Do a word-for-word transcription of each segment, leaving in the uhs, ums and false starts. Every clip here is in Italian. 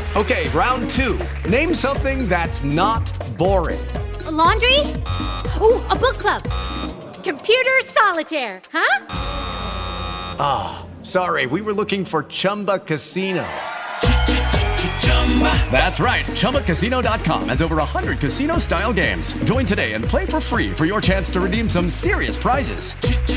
Okay, round two. Name something that's not boring. A laundry? Ooh, a book club. Computer solitaire, huh? Ah, oh, sorry, we were looking for Chumba Casino. That's right, Chumba Casino dot com has over one hundred casino-style games. Join today and play for free for your chance to redeem some serious prizes.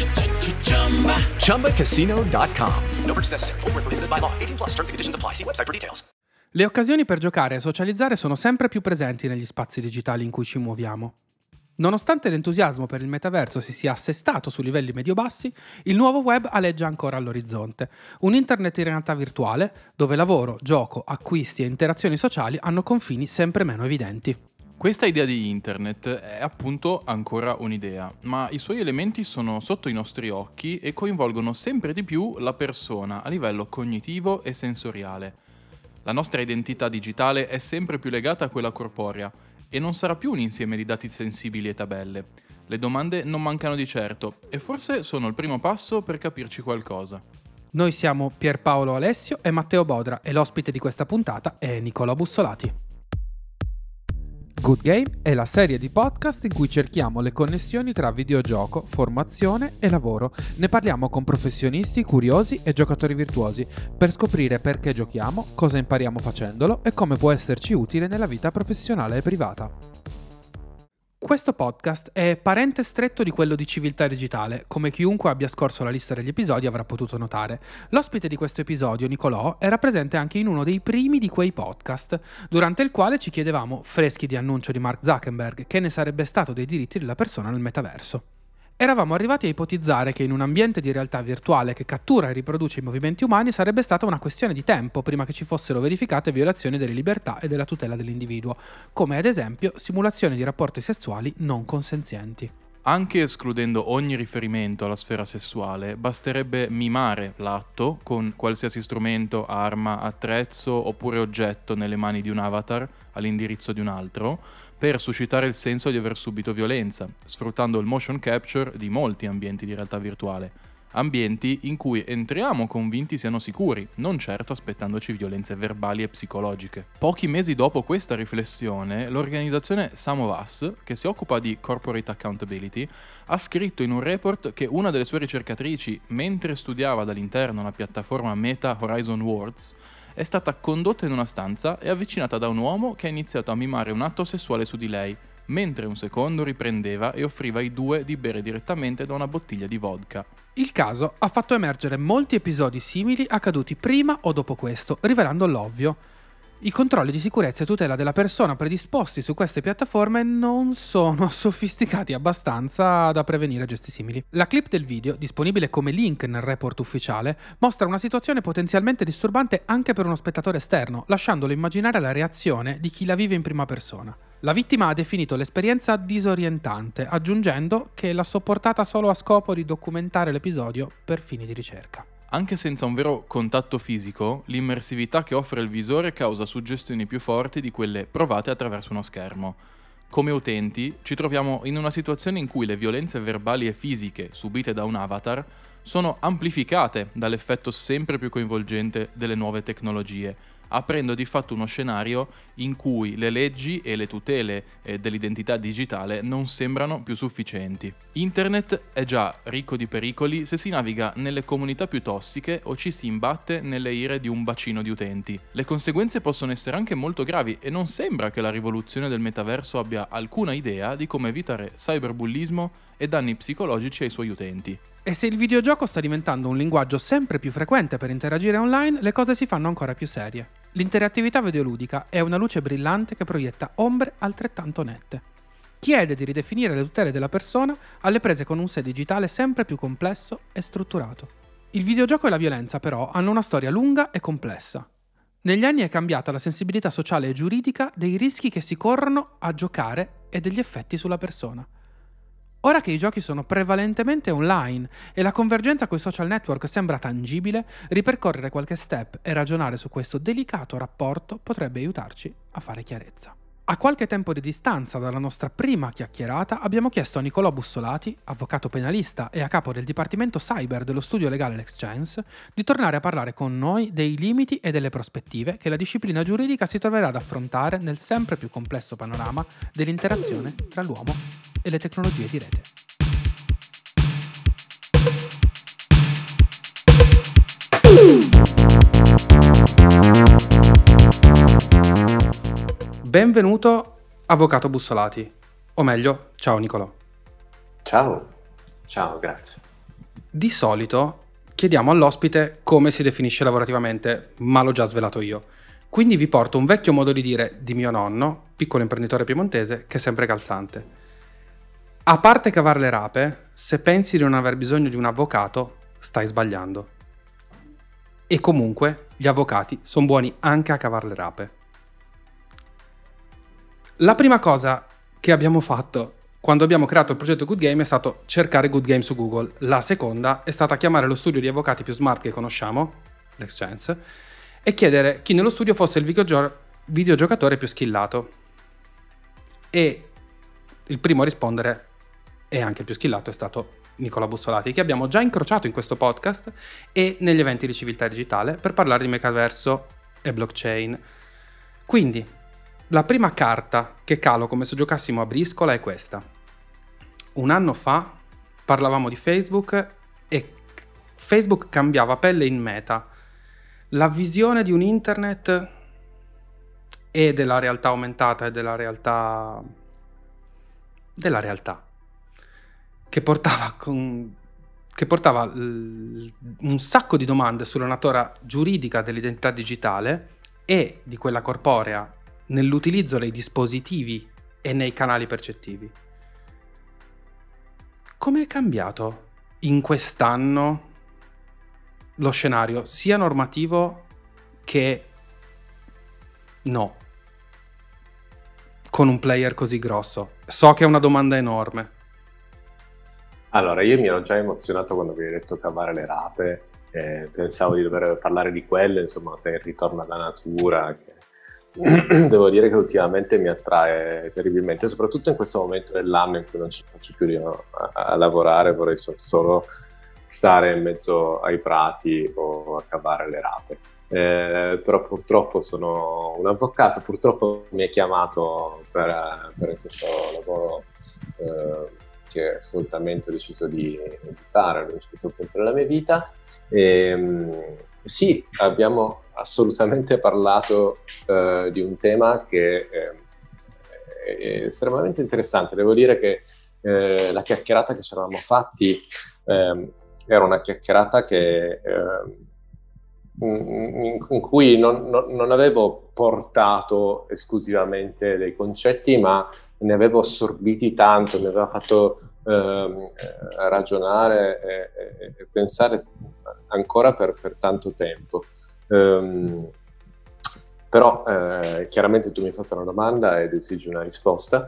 Chumba Casino dot com. No purchase necessary. Void where prohibited by law. eighteen plus terms and conditions apply. See website for details. Le occasioni per giocare e socializzare sono sempre più presenti negli spazi digitali in cui ci muoviamo. Nonostante l'entusiasmo per il metaverso si sia assestato su livelli medio-bassi, il nuovo web aleggia ancora all'orizzonte. Un internet in realtà virtuale, dove lavoro, gioco, acquisti e interazioni sociali hanno confini sempre meno evidenti. Questa idea di internet è appunto ancora un'idea, ma i suoi elementi sono sotto i nostri occhi e coinvolgono sempre di più la persona a livello cognitivo e sensoriale. La nostra identità digitale è sempre più legata a quella corporea e non sarà più un insieme di dati sensibili e tabelle. Le domande non mancano di certo e forse sono il primo passo per capirci qualcosa. Noi siamo Pierpaolo Alessio e Matteo Bodra e l'ospite di questa puntata è Nicola Bussolati. Good Game è la serie di podcast in cui cerchiamo le connessioni tra videogioco, formazione e lavoro. Ne parliamo con professionisti, curiosi e giocatori virtuosi per scoprire perché giochiamo, cosa impariamo facendolo e come può esserci utile nella vita professionale e privata. Questo podcast è parente stretto di quello di Civiltà Digitale, come chiunque abbia scorso la lista degli episodi avrà potuto notare. L'ospite di questo episodio, Nicolò, era presente anche in uno dei primi di quei podcast, durante il quale ci chiedevamo, freschi di annuncio di Mark Zuckerberg, che ne sarebbe stato dei diritti della persona nel metaverso. Eravamo arrivati a ipotizzare che in un ambiente di realtà virtuale che cattura e riproduce i movimenti umani sarebbe stata una questione di tempo prima che ci fossero verificate violazioni delle libertà e della tutela dell'individuo, come ad esempio simulazioni di rapporti sessuali non consenzienti. Anche escludendo ogni riferimento alla sfera sessuale, basterebbe mimare l'atto con qualsiasi strumento, arma, attrezzo oppure oggetto nelle mani di un avatar all'indirizzo di un altro per suscitare il senso di aver subito violenza, sfruttando il motion capture di molti ambienti di realtà virtuale. Ambienti in cui entriamo convinti siano sicuri, non certo aspettandoci violenze verbali e psicologiche. Pochi mesi dopo questa riflessione, l'organizzazione Samovas, che si occupa di corporate accountability, ha scritto in un report che una delle sue ricercatrici, mentre studiava dall'interno la piattaforma Meta Horizon Worlds, è stata condotta in una stanza e avvicinata da un uomo che ha iniziato a mimare un atto sessuale su di lei, mentre un secondo riprendeva e offriva ai due di bere direttamente da una bottiglia di vodka. Il caso ha fatto emergere molti episodi simili accaduti prima o dopo questo, rivelando l'ovvio. I controlli di sicurezza e tutela della persona predisposti su queste piattaforme non sono sofisticati abbastanza da prevenire gesti simili. La clip del video, disponibile come link nel report ufficiale, mostra una situazione potenzialmente disturbante anche per uno spettatore esterno, lasciandolo immaginare la reazione di chi la vive in prima persona. La vittima ha definito l'esperienza disorientante, aggiungendo che l'ha sopportata solo a scopo di documentare l'episodio per fini di ricerca. Anche senza un vero contatto fisico, l'immersività che offre il visore causa suggestioni più forti di quelle provate attraverso uno schermo. Come utenti, ci troviamo in una situazione in cui le violenze verbali e fisiche subite da un avatar sono amplificate dall'effetto sempre più coinvolgente delle nuove tecnologie, aprendo di fatto uno scenario in cui le leggi e le tutele eh, dell'identità digitale non sembrano più sufficienti. Internet è già ricco di pericoli se si naviga nelle comunità più tossiche o ci si imbatte nelle ire di un bacino di utenti. Le conseguenze possono essere anche molto gravi e non sembra che la rivoluzione del metaverso abbia alcuna idea di come evitare cyberbullismo e danni psicologici ai suoi utenti. E se il videogioco sta diventando un linguaggio sempre più frequente per interagire online, le cose si fanno ancora più serie. L'interattività videoludica è una luce brillante che proietta ombre altrettanto nette. Chiede di ridefinire le tutele della persona alle prese con un sé digitale sempre più complesso e strutturato. Il videogioco e la violenza, però, hanno una storia lunga e complessa. Negli anni è cambiata la sensibilità sociale e giuridica dei rischi che si corrono a giocare e degli effetti sulla persona. Ora che i giochi sono prevalentemente online e la convergenza coi social network sembra tangibile, ripercorrere qualche step e ragionare su questo delicato rapporto potrebbe aiutarci a fare chiarezza. A qualche tempo di distanza dalla nostra prima chiacchierata abbiamo chiesto a Nicolò Bussolati, avvocato penalista e a capo del Dipartimento Cyber dello studio legale LexChance, di tornare a parlare con noi dei limiti e delle prospettive che la disciplina giuridica si troverà ad affrontare nel sempre più complesso panorama dell'interazione tra l'uomo e le tecnologie di rete. Benvenuto, avvocato Bussolati. O meglio, ciao Nicolò. Ciao, ciao, grazie. Di solito chiediamo all'ospite come si definisce lavorativamente, ma l'ho già svelato io. Quindi vi porto un vecchio modo di dire di mio nonno, piccolo imprenditore piemontese, che è sempre calzante. A parte cavar le rape, se pensi di non aver bisogno di un avvocato, stai sbagliando. E comunque, gli avvocati sono buoni anche a cavar le rape. La prima cosa che abbiamo fatto quando abbiamo creato il progetto Good Game è stato cercare Good Game su Google. La seconda è stata chiamare lo studio di avvocati più smart che conosciamo, LexChance, e chiedere chi nello studio fosse il videogio- videogiocatore più skillato. E il primo a rispondere, e anche il più skillato, è stato Nicolò Bussolati, che abbiamo già incrociato in questo podcast e negli eventi di civiltà digitale per parlare di metaverso e blockchain. Quindi la prima carta che calo come se giocassimo a briscola è questa. Un anno fa parlavamo di Facebook e Facebook cambiava pelle in Meta. La visione di un internet e della realtà aumentata e della realtà della realtà che portava con che portava l... un sacco di domande sulla natura giuridica dell'identità digitale e di quella corporea nell'utilizzo dei dispositivi e nei canali percettivi. Come è cambiato in quest'anno lo scenario, sia normativo che no, con un player così grosso? So che è una domanda enorme. Allora, io mi ero già emozionato quando vi ho detto cavare le rape, eh, pensavo di dover parlare di quelle, insomma, per il ritorno alla natura, che devo dire che ultimamente mi attrae terribilmente, soprattutto in questo momento dell'anno in cui non ci faccio più a, a, a lavorare, vorrei so, solo stare in mezzo ai prati o a cavare le rape. Eh, però purtroppo sono un avvocato, purtroppo mi è chiamato per, per questo lavoro eh, che assolutamente ho deciso di, di fare ad un certo punto della mia vita. E, sì, abbiamo assolutamente parlato eh, di un tema che eh, è estremamente interessante. Devo dire che eh, la chiacchierata che ci eravamo fatti eh, era una chiacchierata che, eh, in, in cui non, non, non avevo portato esclusivamente dei concetti, ma ne avevo assorbiti tanto, mi aveva fatto eh, ragionare e, e, e pensare ancora per, per tanto tempo. Um, però eh, chiaramente tu mi hai fatto una domanda ed esigi una risposta.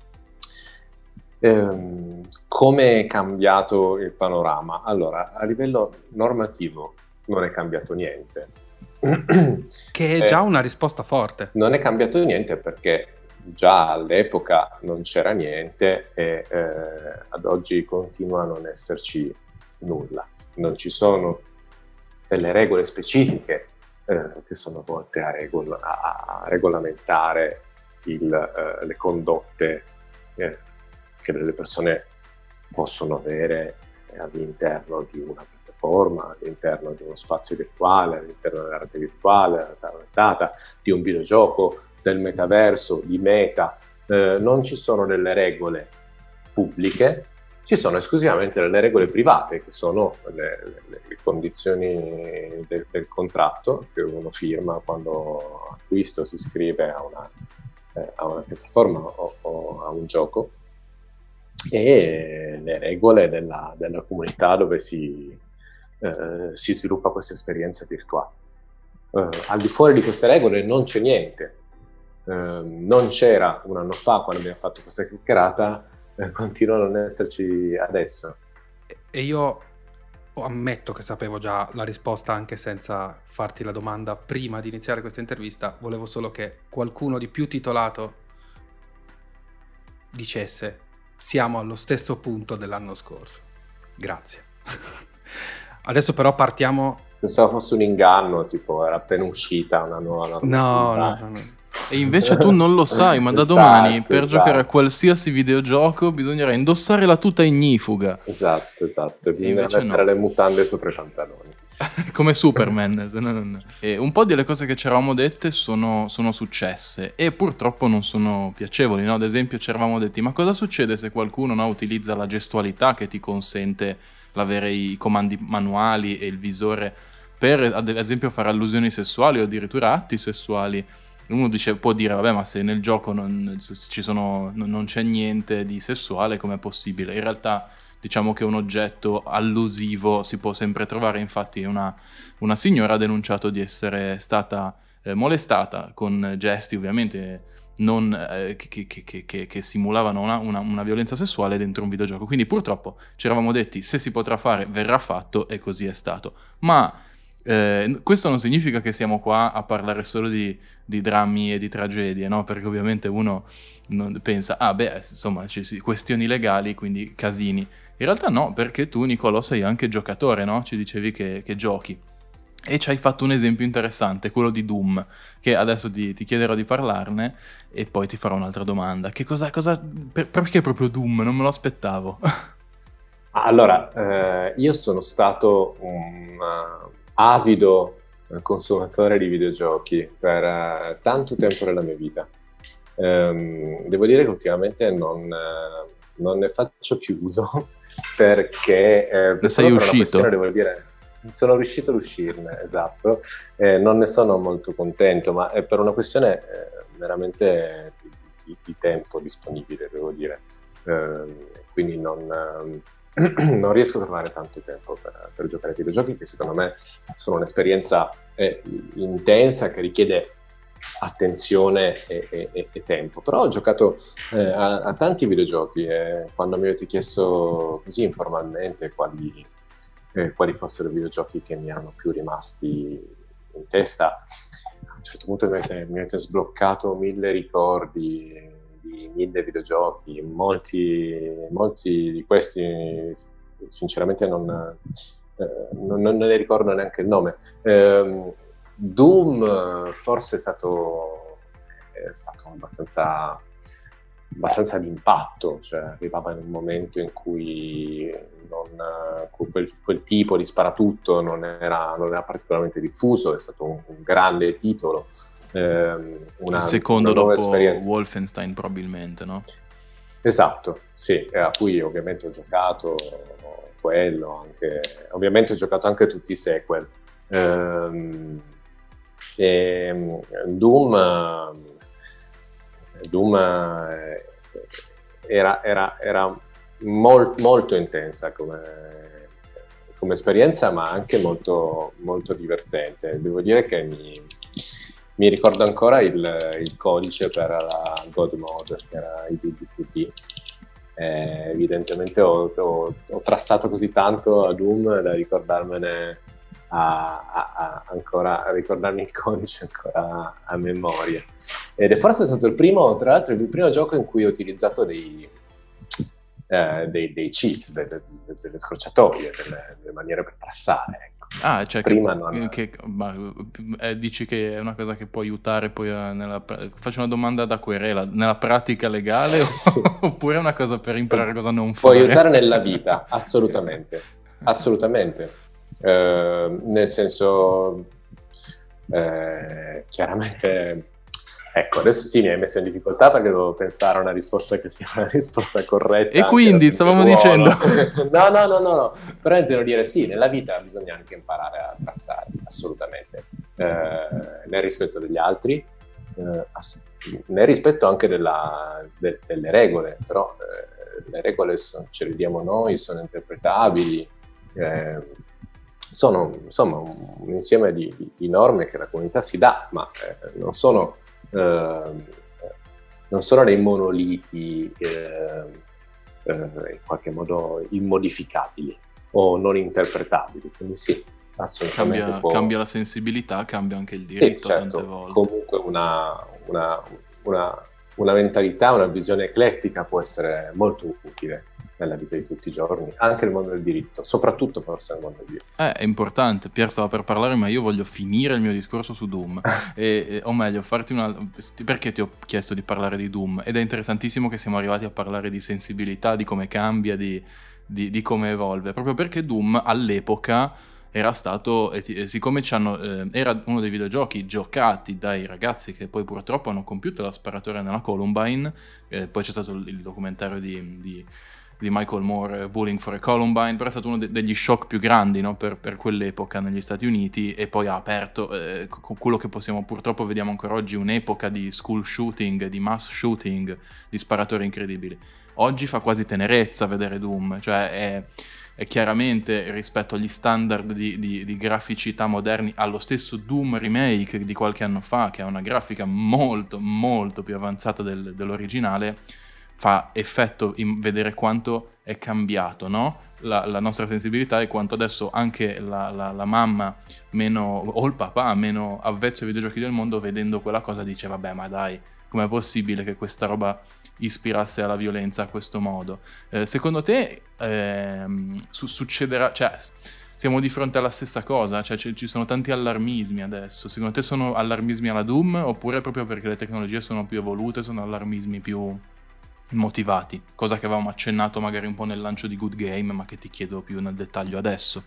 Um, come è cambiato il panorama? Allora, a livello normativo non è cambiato niente. Che è già eh, una risposta forte. Non è cambiato niente perché già all'epoca non c'era niente e eh, ad oggi continua a non esserci nulla. Non ci sono delle regole specifiche eh, che sono volte a, regol- a regolamentare il, eh, le condotte eh, che le persone possono avere all'interno di una piattaforma, all'interno di uno spazio virtuale, all'interno della rete virtuale, della realtà aumentata, di un videogioco, del metaverso, di Meta. Eh, non ci sono delle regole pubbliche, ci sono esclusivamente delle regole private, che sono le, le, le condizioni del, del contratto che uno firma quando acquista o si iscrive a una, eh, a una piattaforma o, o a un gioco, e le regole della, della comunità dove si, eh, si sviluppa questa esperienza virtuale. Eh, al di fuori di queste regole non c'è niente. Eh, non c'era un anno fa quando abbiamo fatto questa chiacchierata, eh, continua a non esserci adesso. E io ammetto che sapevo già la risposta anche senza farti la domanda prima di iniziare questa intervista. Volevo solo che qualcuno di più titolato dicesse siamo allo stesso punto dell'anno scorso. Grazie. Adesso però partiamo... Pensavo fosse un inganno, tipo era appena uscita una nuova... No, no, no, no. E invece tu non lo sai, ma da Esatto, domani per esatto. giocare a qualsiasi videogioco bisognerà indossare la tuta ignifuga. Esatto, esatto. Bisogna invece mettere no. le mutande sopra i pantaloni. Come Superman. se no non- E un po' delle cose che ci eravamo dette sono, sono successe e purtroppo non sono piacevoli, no? Ad esempio ci eravamo detti, ma cosa succede se qualcuno, no, utilizza la gestualità che ti consente l'avere i comandi manuali e il visore per ad esempio fare allusioni sessuali o addirittura atti sessuali? Uno dice, può dire, vabbè, ma se nel gioco non, se ci sono, non non c'è niente di sessuale, com'è possibile? In realtà diciamo che un oggetto allusivo si può sempre trovare. Infatti una, una signora ha denunciato di essere stata eh, molestata con gesti ovviamente non, eh, che, che- che- che- che simulavano una, una- una violenza sessuale dentro un videogioco. Quindi purtroppo ci eravamo detti, se si potrà fare verrà fatto, e così è stato. Ma eh, questo non significa che siamo qua a parlare solo di, di drammi e di tragedie, no? Perché ovviamente uno non- pensa, ah beh, insomma, ci si- questioni legali, quindi casini. In realtà no, perché tu, Nicolò, sei anche giocatore, no? Ci dicevi che, che giochi. E ci hai fatto un esempio interessante, quello di Doom, che adesso ti, ti chiederò di parlarne e poi ti farò un'altra domanda. Che cosa, cosa, per- perché proprio Doom? Non me lo aspettavo. Allora, eh, io sono stato un eh, avido eh, consumatore di videogiochi per eh, tanto tempo nella mia vita. Ehm, devo dire che ultimamente non, eh, non ne faccio più uso perché eh, Ne sei solo per una uscito? questione, devo dire, sono riuscito ad uscirne, esatto. Eh, non ne sono molto contento, ma è per una questione eh, veramente di, di- di tempo disponibile, devo dire. Ehm, quindi non, ehm, non riesco a trovare tanto tempo per, per giocare ai videogiochi, che secondo me sono un'esperienza eh, intensa che richiede attenzione e, e- e- e tempo. Però ho giocato eh, a, a tanti videogiochi e quando mi avete chiesto così informalmente quali, eh, quali fossero i videogiochi che mi erano più rimasti in testa, a un certo punto mi avete, mi avete sbloccato mille ricordi di mille videogiochi, molti, molti di questi sinceramente non, eh, non, non ne ricordo neanche il nome. Ehm, Doom eh, forse è stato, è stato abbastanza, abbastanza d'impatto, cioè arrivava in un momento in cui non, eh, quel, quel tipo di sparatutto non era, non era particolarmente diffuso, è stato un, un grande titolo. Ehm, una, Il secondo una nuova dopo esperienza. Wolfenstein probabilmente, no? Esatto, sì, e a cui ovviamente ho giocato quello, anche, ovviamente ho giocato anche tutti i sequel. Ehm, e Doom, Doom eh, era, era, era mol- molto intensa come, come esperienza, ma anche molto, molto divertente. Devo dire che mi, mi ricordo ancora il, il codice per la God Mode, che era il D V D. Eh, evidentemente ho, ho, ho trassato così tanto a Doom da ricordarmene a, a, a ancora a ricordarmi il codice ancora a, a memoria. Ed è forse stato il primo, tra l'altro, il primo gioco in cui ho utilizzato dei, eh, dei, dei cheat, delle, delle scorciatoie, delle, delle maniere per trassare. Ecco. Ah, cioè Prima che, non- che- ma, eh, dici che è una cosa che può aiutare poi a- nella, pra- faccio una domanda da querela, nella pratica legale o- oppure è una cosa per imparare cosa non Può fare? aiutare nella vita, assolutamente, assolutamente. Eh, nel senso, eh, chiaramente, ecco, adesso sì mi hai messo in difficoltà perché devo pensare a una risposta che sia una risposta corretta. E anche quindi, dal stavamo mio dicendo- ruolo. No, no, no, no, no, però intendo dire sì, nella vita bisogna anche imparare a trassare, assolutamente, eh, nel rispetto degli altri, eh, ass- nel rispetto anche della- de- delle regole, però eh, le regole sono- ce le diamo noi, sono interpretabili, eh, sono insomma un, un insieme di, di- di norme che la comunità si dà, ma eh, non sono eh, non sono dei monoliti eh, eh, in qualche modo immodificabili o non interpretabili, quindi sì, assolutamente Cambia, può- cambia la sensibilità, cambia anche il sì, diritto certo, tante volte. comunque una, una, una, una mentalità, una visione eclettica può essere molto utile nella vita di tutti i giorni, anche nel mondo del diritto, soprattutto forse nel mondo del diritto. Eh, è importante, Pier stava per parlare, ma io voglio finire il mio discorso su Doom, e, e, o meglio, farti una... perché ti ho chiesto di parlare di Doom, ed è interessantissimo che siamo arrivati a parlare di sensibilità, di come cambia, di, di, di come evolve, proprio perché Doom all'epoca era stato, e siccome ci hanno, eh, era uno dei videogiochi giocati dai ragazzi che poi purtroppo hanno compiuto la sparatoria nella Columbine, eh, poi c'è stato il, il documentario di... di di Michael Moore, Bowling for a Columbine, però è stato uno de- degli shock più grandi, no? per, per quell'epoca negli Stati Uniti, e poi ha aperto eh, con quello che possiamo purtroppo vediamo ancora oggi, un'epoca di school shooting, di mass shooting, di sparatori incredibili. Oggi fa quasi tenerezza vedere Doom, cioè è, è chiaramente rispetto agli standard di, di, di graficità moderni, allo stesso Doom Remake di qualche anno fa, che ha una grafica molto molto più avanzata del, dell'originale, fa effetto in vedere quanto è cambiato, no? La, la nostra sensibilità, e quanto adesso anche la, la, la mamma meno, o il papà meno avvezzo ai videogiochi del mondo, vedendo quella cosa dice vabbè, ma dai, com'è possibile che questa roba ispirasse alla violenza a questo modo? Eh, secondo te ehm, su- succederà, cioè siamo di fronte alla stessa cosa? Cioè c- ci sono tanti allarmismi adesso, secondo te sono allarmismi alla Doom, oppure proprio perché le tecnologie sono più evolute sono allarmismi più motivati, cosa che avevamo accennato magari un po' nel lancio di Good Game, ma che ti chiedo più nel dettaglio adesso?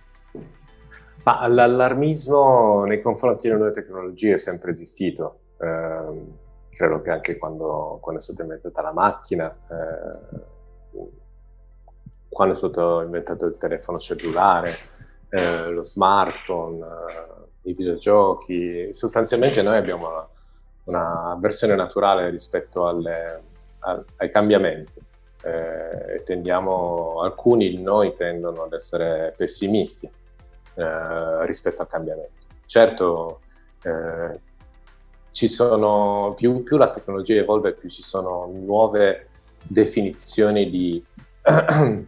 Ma l'allarmismo nei confronti delle nuove tecnologie è sempre esistito. Eh, credo che anche quando, quando è stata inventata la macchina, eh, quando è stato inventato il telefono cellulare, eh, lo smartphone, eh, i videogiochi, sostanzialmente noi abbiamo una, una avversione naturale rispetto alle ai cambiamenti, eh, e tendiamo, alcuni di noi tendono ad essere pessimisti eh, rispetto al cambiamento. Certo, eh, ci sono più, più la tecnologia evolve, più ci sono nuove definizioni di eh,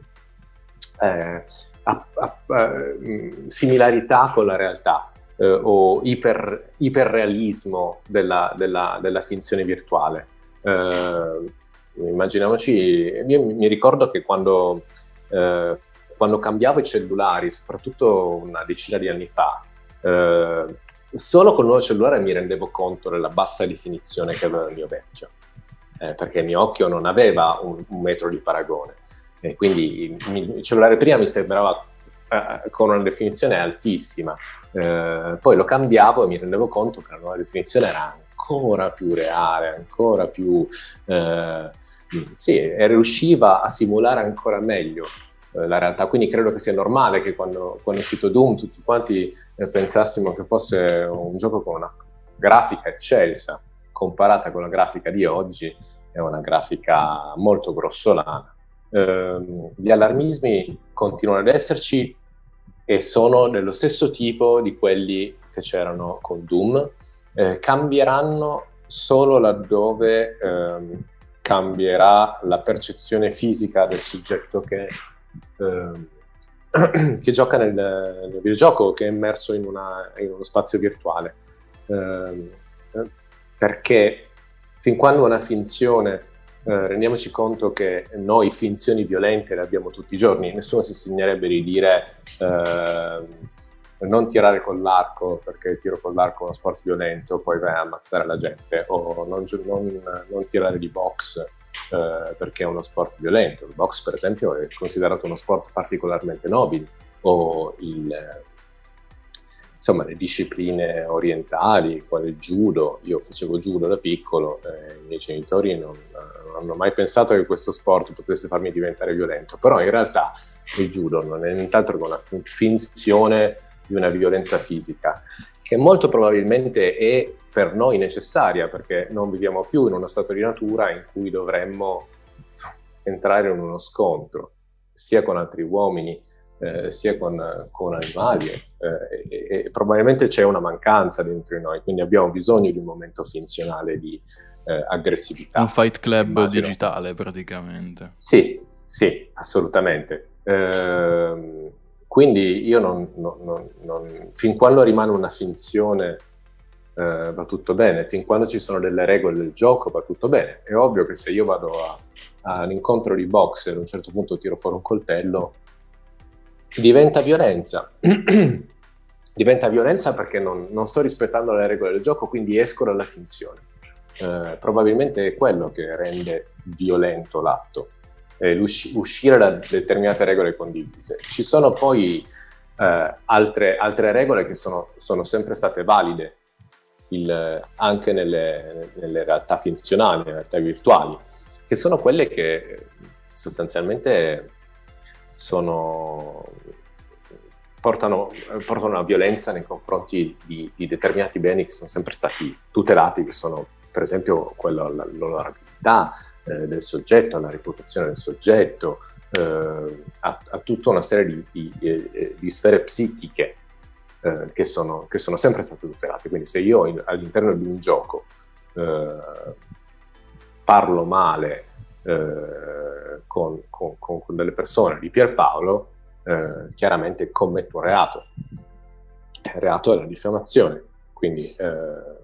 a, a, a, similarità con la realtà, eh, o iper, iperrealismo della, della, della finzione virtuale. Eh, immaginiamoci, io mi ricordo che quando, eh, quando cambiavo i cellulari, soprattutto una decina di anni fa, eh, solo col nuovo cellulare mi rendevo conto della bassa definizione che aveva il mio vecchio, eh, perché il mio occhio non aveva un, un metro di paragone, e quindi il, il cellulare prima mi sembrava eh, con una definizione altissima, eh, poi lo cambiavo e mi rendevo conto che la nuova definizione era ancora più reale, ancora più eh, sì, e riusciva a simulare ancora meglio eh, la realtà. Quindi credo che sia normale che quando, quando è uscito Doom tutti quanti eh, pensassimo che fosse un gioco con una grafica eccelsa, comparata con la grafica di oggi è una grafica molto grossolana. Eh, gli allarmismi continuano ad esserci e sono dello stesso tipo di quelli che c'erano con Doom. Eh, cambieranno solo laddove ehm, cambierà la percezione fisica del soggetto che, ehm, che gioca nel, nel videogioco, che è immerso in, una, in uno spazio virtuale. Eh, perché fin quando una finzione, eh, rendiamoci conto che noi finzioni violente le abbiamo tutti i giorni, nessuno si segnerebbe di dire eh, non tirare con l'arco perché il tiro con l'arco è uno sport violento, poi vai a ammazzare la gente, o non, non, non tirare di box eh, perché è uno sport violento. Il box, per esempio, è considerato uno sport particolarmente nobile, o il, insomma, le discipline orientali, quale il judo. Io facevo judo da piccolo, eh, i miei genitori non, non hanno mai pensato che questo sport potesse farmi diventare violento, però in realtà il judo non è nient'altro che una finzione di una violenza fisica, che molto probabilmente è per noi necessaria, perché non viviamo più in uno stato di natura in cui dovremmo entrare in uno scontro, sia con altri uomini, eh, sia con, con animali, eh, e, e probabilmente c'è una mancanza dentro di noi, quindi abbiamo bisogno di un momento finzionale di eh, aggressività. Un fight club immagino. Digitale, praticamente. Sì, sì, assolutamente. Ehm, Quindi io non, non, non, non, fin quando rimane una finzione eh, va tutto bene, fin quando ci sono delle regole del gioco va tutto bene. È ovvio che se io vado a, a un incontro di boxe e ad un certo punto tiro fuori un coltello, diventa violenza. Diventa violenza perché non, non sto rispettando le regole del gioco, quindi esco dalla finzione. Eh, probabilmente è quello che rende violento l'atto, eh, uscire da determinate regole condivise. Ci sono poi eh, altre, altre regole che sono, sono sempre state valide il, anche nelle, nelle realtà finzionali, nelle realtà virtuali, che sono quelle che sostanzialmente sono... Portano, portano una violenza nei confronti di, di determinati beni che sono sempre stati tutelati, che sono per esempio quello, l'onorabilità eh, del soggetto, la reputazione del soggetto, eh, a, a tutta una serie di, di, di sfere psichiche eh, che, sono, che sono sempre state tutelate. Quindi se io in, all'interno di un gioco eh, parlo male eh, con, con, con delle persone di Pierpaolo, Eh, chiaramente commetto un reato. Il reato è la diffamazione, quindi eh,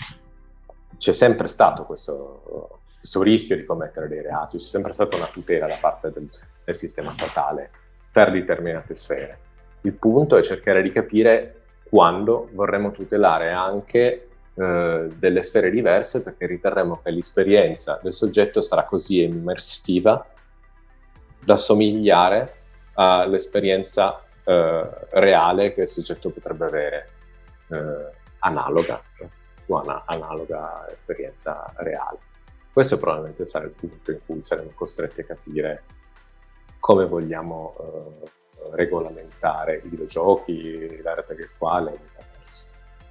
c'è sempre stato questo, questo rischio di commettere dei reati, c'è sempre stata una tutela da parte del, del sistema statale per determinate sfere. Il punto è cercare di capire quando vorremmo tutelare anche eh, delle sfere diverse, perché riterremo che l'esperienza del soggetto sarà così immersiva da somigliare all'esperienza eh, reale che il soggetto potrebbe avere, eh, analoga, una analoga esperienza reale. Questo probabilmente sarà il punto in cui saremo costretti a capire come vogliamo eh, regolamentare i videogiochi, la realtà virtuale, il metaverso.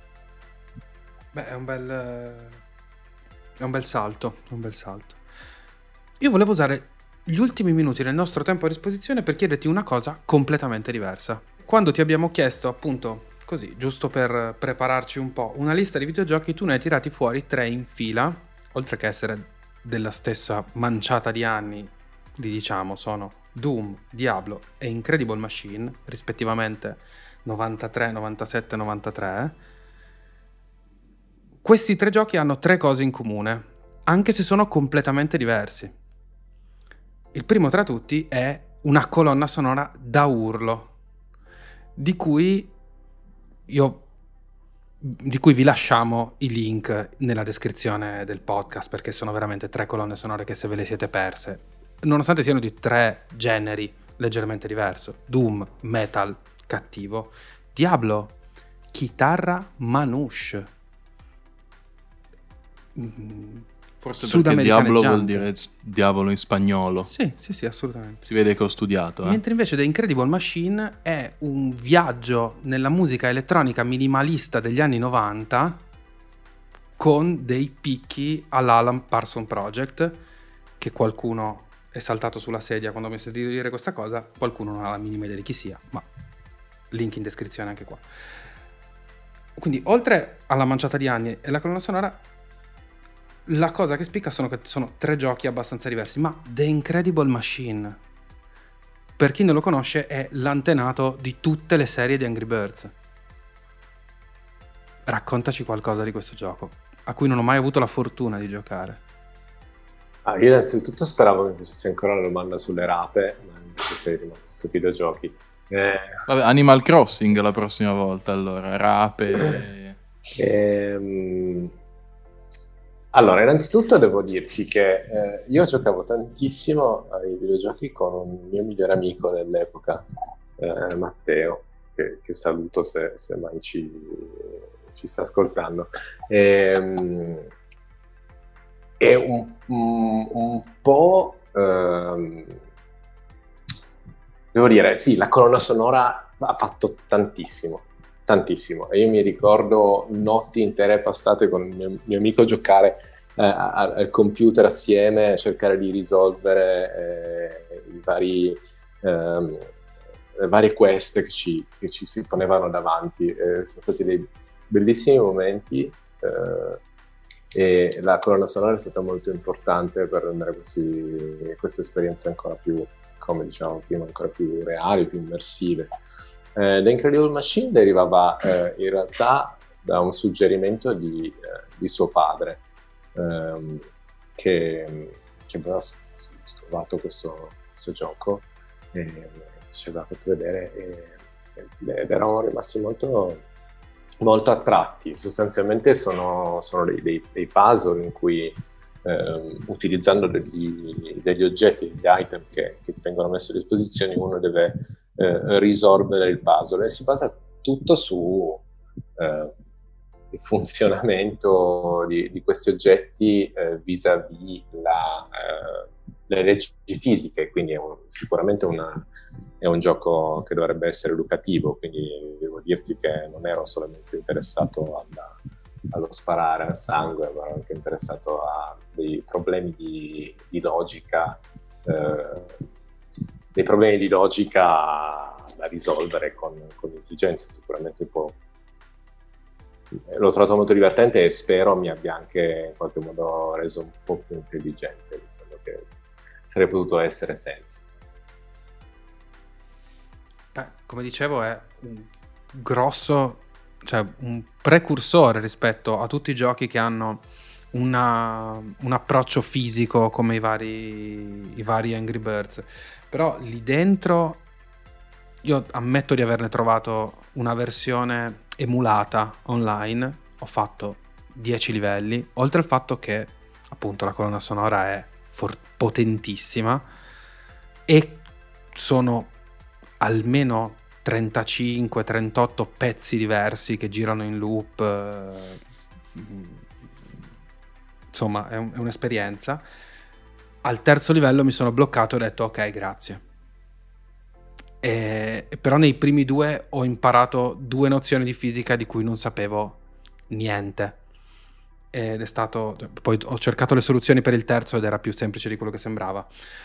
Beh, è un bel è un bel salto, un bel salto. Io volevo usare gli ultimi minuti del nostro tempo a disposizione per chiederti una cosa completamente diversa. Quando ti abbiamo chiesto, appunto, così, giusto per prepararci un po', una lista di videogiochi, tu ne hai tirati fuori tre in fila, oltre che essere della stessa manciata di anni, li diciamo, sono Doom, Diablo e Incredible Machine, rispettivamente novantatré, novantasette, novantatré. Questi tre giochi hanno tre cose in comune, anche se sono completamente diversi. Il primo tra tutti è una colonna sonora da urlo, di cui io di cui vi lasciamo i link nella descrizione del podcast, perché sono veramente tre colonne sonore che se ve le siete perse, nonostante siano di tre generi leggermente diversi: Doom, metal, cattivo; Diablo, chitarra manouche. Mm. Forse perché Diablo vuol dire diavolo in spagnolo. Sì, sì, sì, assolutamente. Si vede che ho studiato. Eh? Mentre invece The Incredible Machine è un viaggio nella musica elettronica minimalista degli anni novanta con dei picchi all'Alan Parsons Project, che qualcuno è saltato sulla sedia quando mi ha sentito dire questa cosa, qualcuno non ha la minima idea di chi sia, ma link in descrizione anche qua. Quindi, oltre alla manciata di anni e la colonna sonora, la cosa che spicca sono che sono tre giochi abbastanza diversi, ma The Incredible Machine, per chi non lo conosce, è l'antenato di tutte le serie di Angry Birds. Raccontaci qualcosa di questo gioco, a cui non ho mai avuto la fortuna di giocare. Ah, io innanzitutto speravo che facessi ancora la domanda sulle rape, ma invece sei rimasto sui videogiochi. Eh... Vabbè, Animal Crossing la prossima volta, allora, rape... ehm... Allora, innanzitutto devo dirti che eh, io giocavo tantissimo ai videogiochi con un mio migliore amico dell'epoca, eh, Matteo, che, che saluto se, se mai ci, ci sta ascoltando. E, e un, un, un po', ehm, devo dire, sì, la colonna sonora ha fatto tantissimo. Tantissimo, e io mi ricordo notti intere passate con il mio, mio amico a giocare eh, al computer assieme, a cercare di risolvere eh, i vari, eh, le varie quest che ci, che ci si ponevano davanti. Eh, sono stati dei bellissimi momenti eh, e la colonna sonora è stata molto importante per rendere questi, queste esperienze ancora più, come dicevamo prima, ancora più reali, più immersive. Eh, The Incredible Machine derivava eh, in realtà da un suggerimento di, eh, di suo padre, ehm, che, che aveva trovato questo, questo gioco e ci aveva fatto vedere e, ed eravamo rimasti molto, molto attratti. Sostanzialmente sono, sono dei, dei, dei puzzle in cui eh, utilizzando degli, degli oggetti, degli item che, che vengono messi a disposizione, uno deve eh, risolvere il puzzle e si basa tutto su eh, il funzionamento di, di questi oggetti eh, vis-à-vis la, eh, le leggi fisiche, quindi è un, sicuramente una, è un gioco che dovrebbe essere educativo, quindi devo dirti che non ero solamente interessato alla, allo sparare al sangue, ma ero anche interessato a dei problemi di, di logica, eh, dei problemi di logica da risolvere con, con intelligenza. Sicuramente un po'. L'ho trovato molto divertente e spero mi abbia anche in qualche modo reso un po' più intelligente di quello che sarei potuto essere senza. Beh, come dicevo, è un grosso, cioè un precursore rispetto a tutti i giochi che hanno una, un approccio fisico come i vari, i vari Angry Birds. Però lì dentro io ammetto di averne trovato una versione emulata online. Ho fatto dieci livelli, oltre al fatto che appunto la colonna sonora è for- potentissima e sono almeno trentacinque trentotto pezzi diversi che girano in loop. Insomma, è, un- è un'esperienza. Al terzo livello mi sono bloccato e ho detto ok, grazie. E, però nei primi due ho imparato due nozioni di fisica di cui non sapevo niente ed è stato, poi ho cercato le soluzioni per il terzo ed era più semplice di quello che sembrava,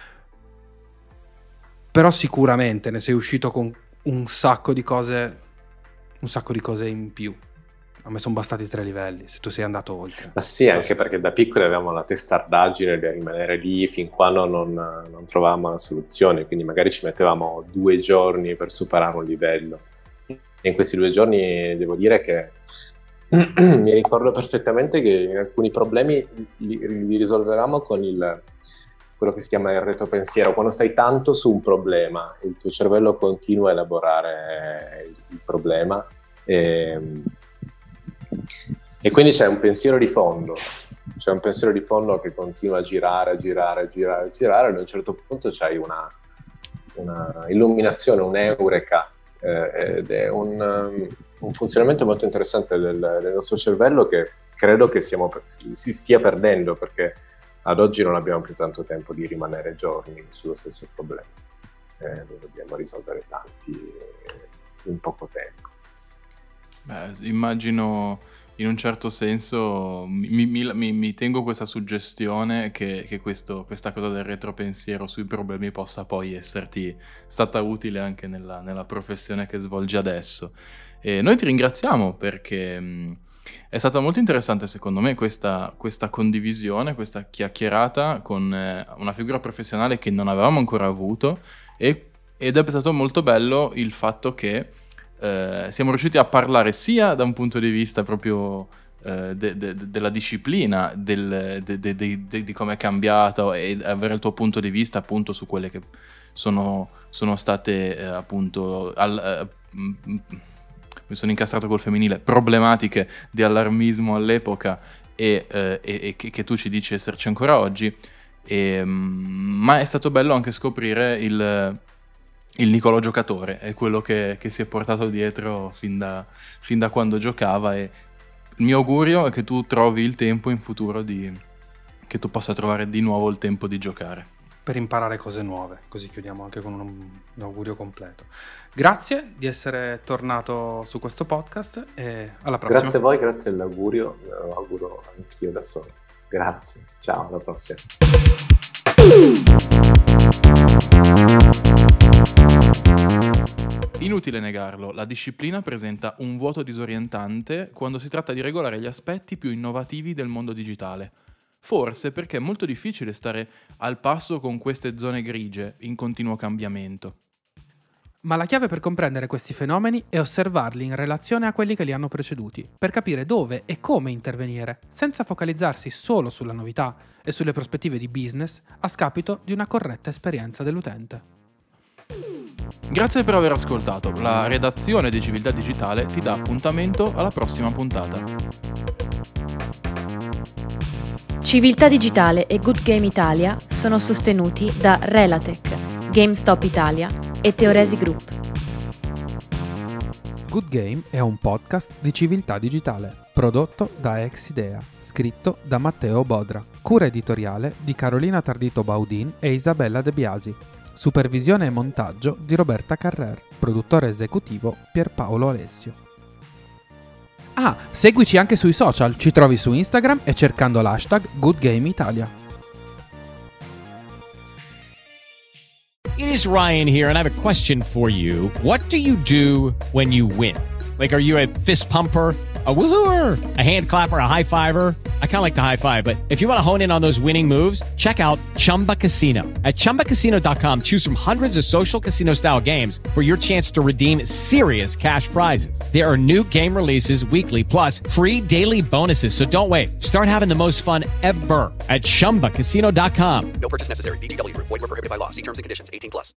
però sicuramente ne sei uscito con un sacco di cose un sacco di cose in più. A me sono bastati tre livelli, se tu sei andato oltre. Ma sì, anche perché da piccoli avevamo la testardaggine di rimanere lì fin quando non, non trovavamo la soluzione, quindi magari ci mettevamo due giorni per superare un livello. E in questi due giorni devo dire che mi ricordo perfettamente che in alcuni problemi li, li risolvevamo con il, quello che si chiama il retropensiero. Quando stai tanto su un problema, il tuo cervello continua a elaborare il, il problema e, e quindi c'è un pensiero di fondo, c'è un pensiero di fondo che continua a girare, a girare, a girare, a girare, e ad un certo punto c'hai una, una illuminazione, un'eureka, eh, ed è un, um, un funzionamento molto interessante del, del nostro cervello che credo che siamo, si stia perdendo, perché ad oggi non abbiamo più tanto tempo di rimanere giorni sullo stesso problema, eh, dobbiamo risolvere tanti in poco tempo. Beh, immagino in un certo senso mi, mi, mi, mi tengo questa suggestione che, che questo, questa cosa del retropensiero sui problemi possa poi esserti stata utile anche nella, nella professione che svolgi adesso. E noi ti ringraziamo perché mh, è stata molto interessante secondo me questa, questa condivisione, questa chiacchierata con eh, una figura professionale che non avevamo ancora avuto e, ed è stato molto bello il fatto che Uh, siamo riusciti a parlare sia da un punto di vista proprio uh, de- de- de- della disciplina, del, de- de- de- de- di come è cambiato e avere il tuo punto di vista appunto su quelle che sono, sono state uh, appunto al, uh, m- mi sono incastrato col femminile, problematiche di allarmismo all'epoca e, uh, e-, e che-, che tu ci dici esserci ancora oggi, e, um, ma è stato bello anche scoprire il il Nicolò giocatore, è quello che, che si è portato dietro fin da, fin da quando giocava, e il mio augurio è che tu trovi il tempo in futuro di che tu possa trovare di nuovo il tempo di giocare. Per imparare cose nuove, così chiudiamo anche con un, un augurio completo. Grazie di essere tornato su questo podcast e alla prossima. Grazie a voi, grazie all'augurio, lo auguro anch'io da solo. Grazie, ciao, alla prossima. Inutile negarlo, la disciplina presenta un vuoto disorientante quando si tratta di regolare gli aspetti più innovativi del mondo digitale. Forse perché è molto difficile stare al passo con queste zone grigie in continuo cambiamento. Ma la chiave per comprendere questi fenomeni è osservarli in relazione a quelli che li hanno preceduti, per capire dove e come intervenire, senza focalizzarsi solo sulla novità e sulle prospettive di business a scapito di una corretta esperienza dell'utente. Grazie per aver ascoltato. La redazione di Civiltà Digitale ti dà appuntamento alla prossima puntata. Civiltà Digitale e Good Game Italia sono sostenuti da Relatec, GameStop Italia e Teoresi Group. Good Game è un podcast di Civiltà Digitale, prodotto da Exidea, scritto da Matteo Bodra, cura editoriale di Carolina Tardito Baudin e Isabella De Biasi, supervisione e montaggio di Roberta Carrer, produttore esecutivo Pierpaolo Alessio. Ah, seguici anche sui social, ci trovi su Instagram e cercando l'hashtag Good Game Italia. It is Ryan here, and I have a question for you. What do you do when you win? Like, are you a fist pumper, a woohooer, a hand clapper, a high fiver? I kind of like the high five, but if you want to hone in on those winning moves, check out Chumba Casino. At chumba casino dot com, choose from hundreds of social casino style games for your chance to redeem serious cash prizes. There are new game releases weekly, plus free daily bonuses. So don't wait. Start having the most fun ever at chumba casino dot com. No purchase necessary. V G W Group. Void where prohibited by law. See terms and conditions. eighteen plus.